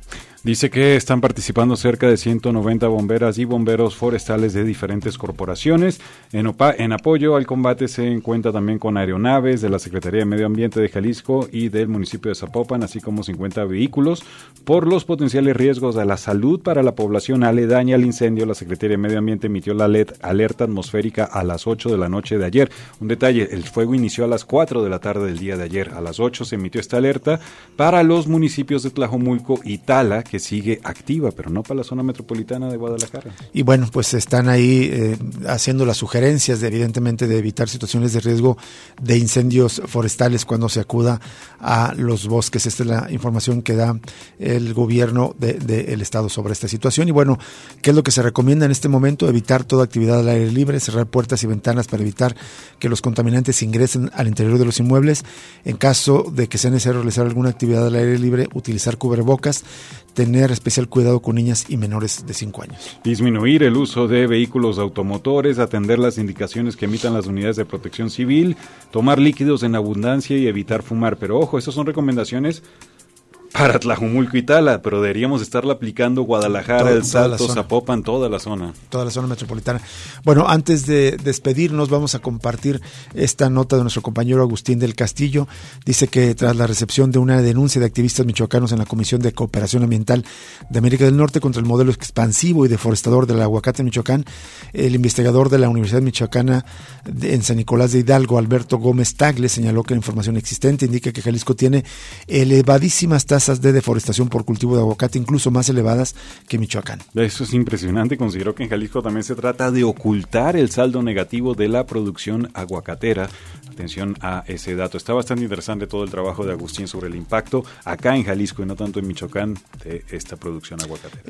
Dice que están participando cerca de 190 bomberas y bomberos forestales de diferentes corporaciones. En apoyo al combate se cuenta también con aeronaves de la Secretaría de Medio Ambiente de Jalisco y del municipio de Zapopan, así como 50 vehículos. Por los potenciales riesgos a la salud para la población aledaña al incendio, la Secretaría de Medio Ambiente emitió la alerta atmosférica a las 8 de la noche de ayer. Un detalle, el fuego inició a las 4 de la tarde del día de ayer. A las 8 se emitió esta alerta para los municipios de Tlajomulco y Tala, que sigue activa, pero no para la zona metropolitana de Guadalajara. Y bueno, pues están ahí haciendo las sugerencias, evidentemente, de evitar situaciones de riesgo de incendios forestales cuando se acuda a los bosques. Esta es la información que da el gobierno del estado sobre esta situación. Y bueno, ¿qué es lo que se recomienda en este momento? Evitar toda actividad al aire libre, cerrar puertas y ventanas para evitar que los contaminantes ingresen al interior de los inmuebles. En caso de que sea necesario realizar alguna actividad al aire libre, utilizar cubrebocas, tener especial cuidado con niñas y menores de 5 años. Disminuir el uso de vehículos automotores, atender las indicaciones que emitan las unidades de protección civil, tomar líquidos en abundancia y evitar fumar. Pero ojo, estas son recomendaciones para Tlajomulco y Tala, pero deberíamos estarla aplicando Guadalajara, El Salto, Zapopan, toda la zona metropolitana. Bueno, antes de despedirnos, vamos a compartir esta nota de nuestro compañero Agustín del Castillo. Dice que tras la recepción de una denuncia de activistas michoacanos en la Comisión de Cooperación Ambiental de América del Norte contra el modelo expansivo y deforestador del aguacate en Michoacán, el investigador de la Universidad Michoacana en San Nicolás de Hidalgo, Alberto Gómez Tagle, señaló que la información existente indica que Jalisco tiene elevadísimas tasas de deforestación por cultivo de aguacate, incluso más elevadas que Michoacán. Eso es impresionante. Considero que en Jalisco también se trata de ocultar el saldo negativo de la producción aguacatera. Atención a ese dato. Está bastante interesante todo el trabajo de Agustín sobre el impacto acá en Jalisco y no tanto en Michoacán de esta producción aguacatera.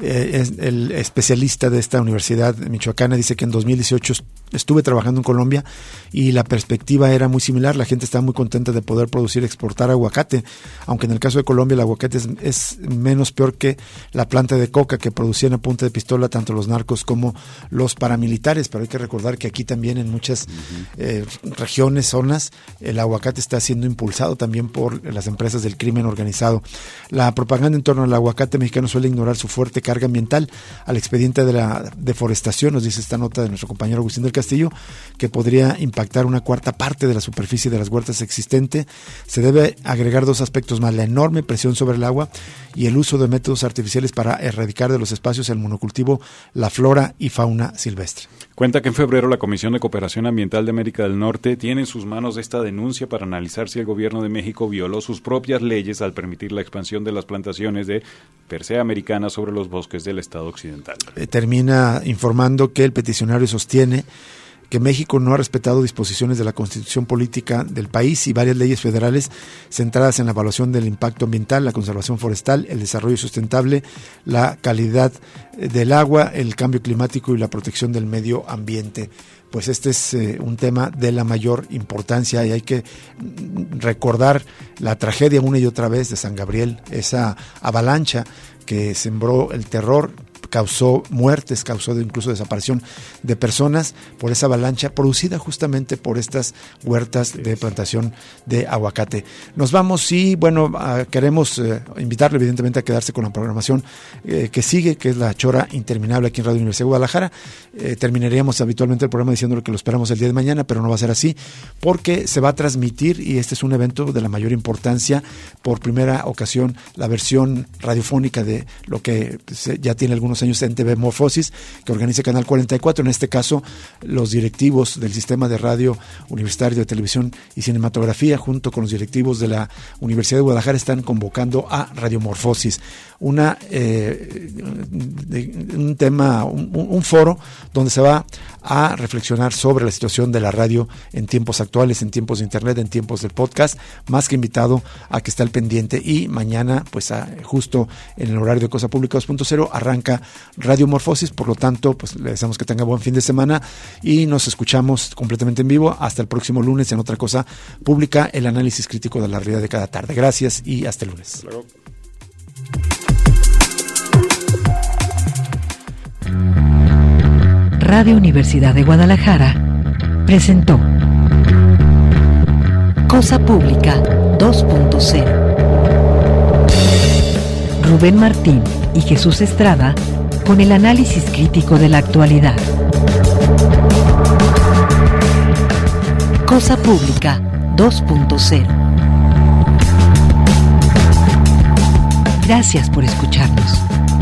El especialista de esta universidad michoacana dice que en 2018 estuve trabajando en Colombia y la perspectiva era muy similar. La gente estaba muy contenta de poder producir y exportar aguacate, aunque en el caso de Colombia el aguacate es menos peor que la planta de coca que producían a punta de pistola tanto los narcos como los paramilitares. Pero hay que recordar que aquí también en muchas regiones, zonas, el aguacate está siendo impulsado también por las empresas del crimen organizado. La propaganda en torno al aguacate mexicano suele ignorar su fuerte carga ambiental. Al expediente de la deforestación, nos dice esta nota de nuestro compañero Agustín del Castillo, que podría impactar una cuarta parte de la superficie de las huertas existente. Se debe agregar dos aspectos más: la enorme presión sobre el agua y el uso de métodos artificiales para erradicar de los espacios el monocultivo, la flora y fauna silvestre. Cuenta que en febrero la Comisión de Cooperación Ambiental de América del Norte tiene en sus manos esta denuncia para analizar si el gobierno de México violó sus propias leyes al permitir la expansión de las plantaciones de Persea americana sobre los bosques del estado occidental. Termina informando que el peticionario sostiene que México no ha respetado disposiciones de la Constitución Política del país y varias leyes federales centradas en la evaluación del impacto ambiental, la conservación forestal, el desarrollo sustentable, la calidad del agua, el cambio climático y la protección del medio ambiente. Pues este es un tema de la mayor importancia y hay que recordar la tragedia una y otra vez de San Gabriel, esa avalancha que sembró el terror, causó muertes, causó incluso desaparición de personas por esa avalancha producida justamente por estas huertas de plantación de aguacate. Nos vamos y bueno, queremos invitarle evidentemente a quedarse con la programación que sigue, que es la Chora Interminable aquí en Radio Universidad de Guadalajara. Terminaríamos habitualmente el programa diciéndole que lo esperamos el día de mañana, pero no va a ser así porque se va a transmitir, y este es un evento de la mayor importancia, por primera ocasión la versión radiofónica de lo que ya tiene algunos años en TV Morfosis, que organiza Canal 44. En este caso, los directivos del Sistema de Radio Universitario de Televisión y Cinematografía, junto con los directivos de la Universidad de Guadalajara, están convocando a Radio Morfosis, un tema, un foro donde se va a reflexionar sobre la situación de la radio en tiempos actuales, en tiempos de internet, en tiempos del podcast. Más que invitado a que esté al pendiente, y mañana, pues justo en el horario de Cosa Pública 2.0 arranca Radio Morfosis. Por lo tanto, pues le deseamos que tenga buen fin de semana y nos escuchamos completamente en vivo hasta el próximo lunes en Otra Cosa Pública, el análisis crítico de la realidad de cada tarde. Gracias y hasta el lunes. Luego. Radio Universidad de Guadalajara presentó Cosa Pública 2.0. Rubén Martín y Jesús Estrada con el análisis crítico de la actualidad. Cosa Pública 2.0. Gracias por escucharnos.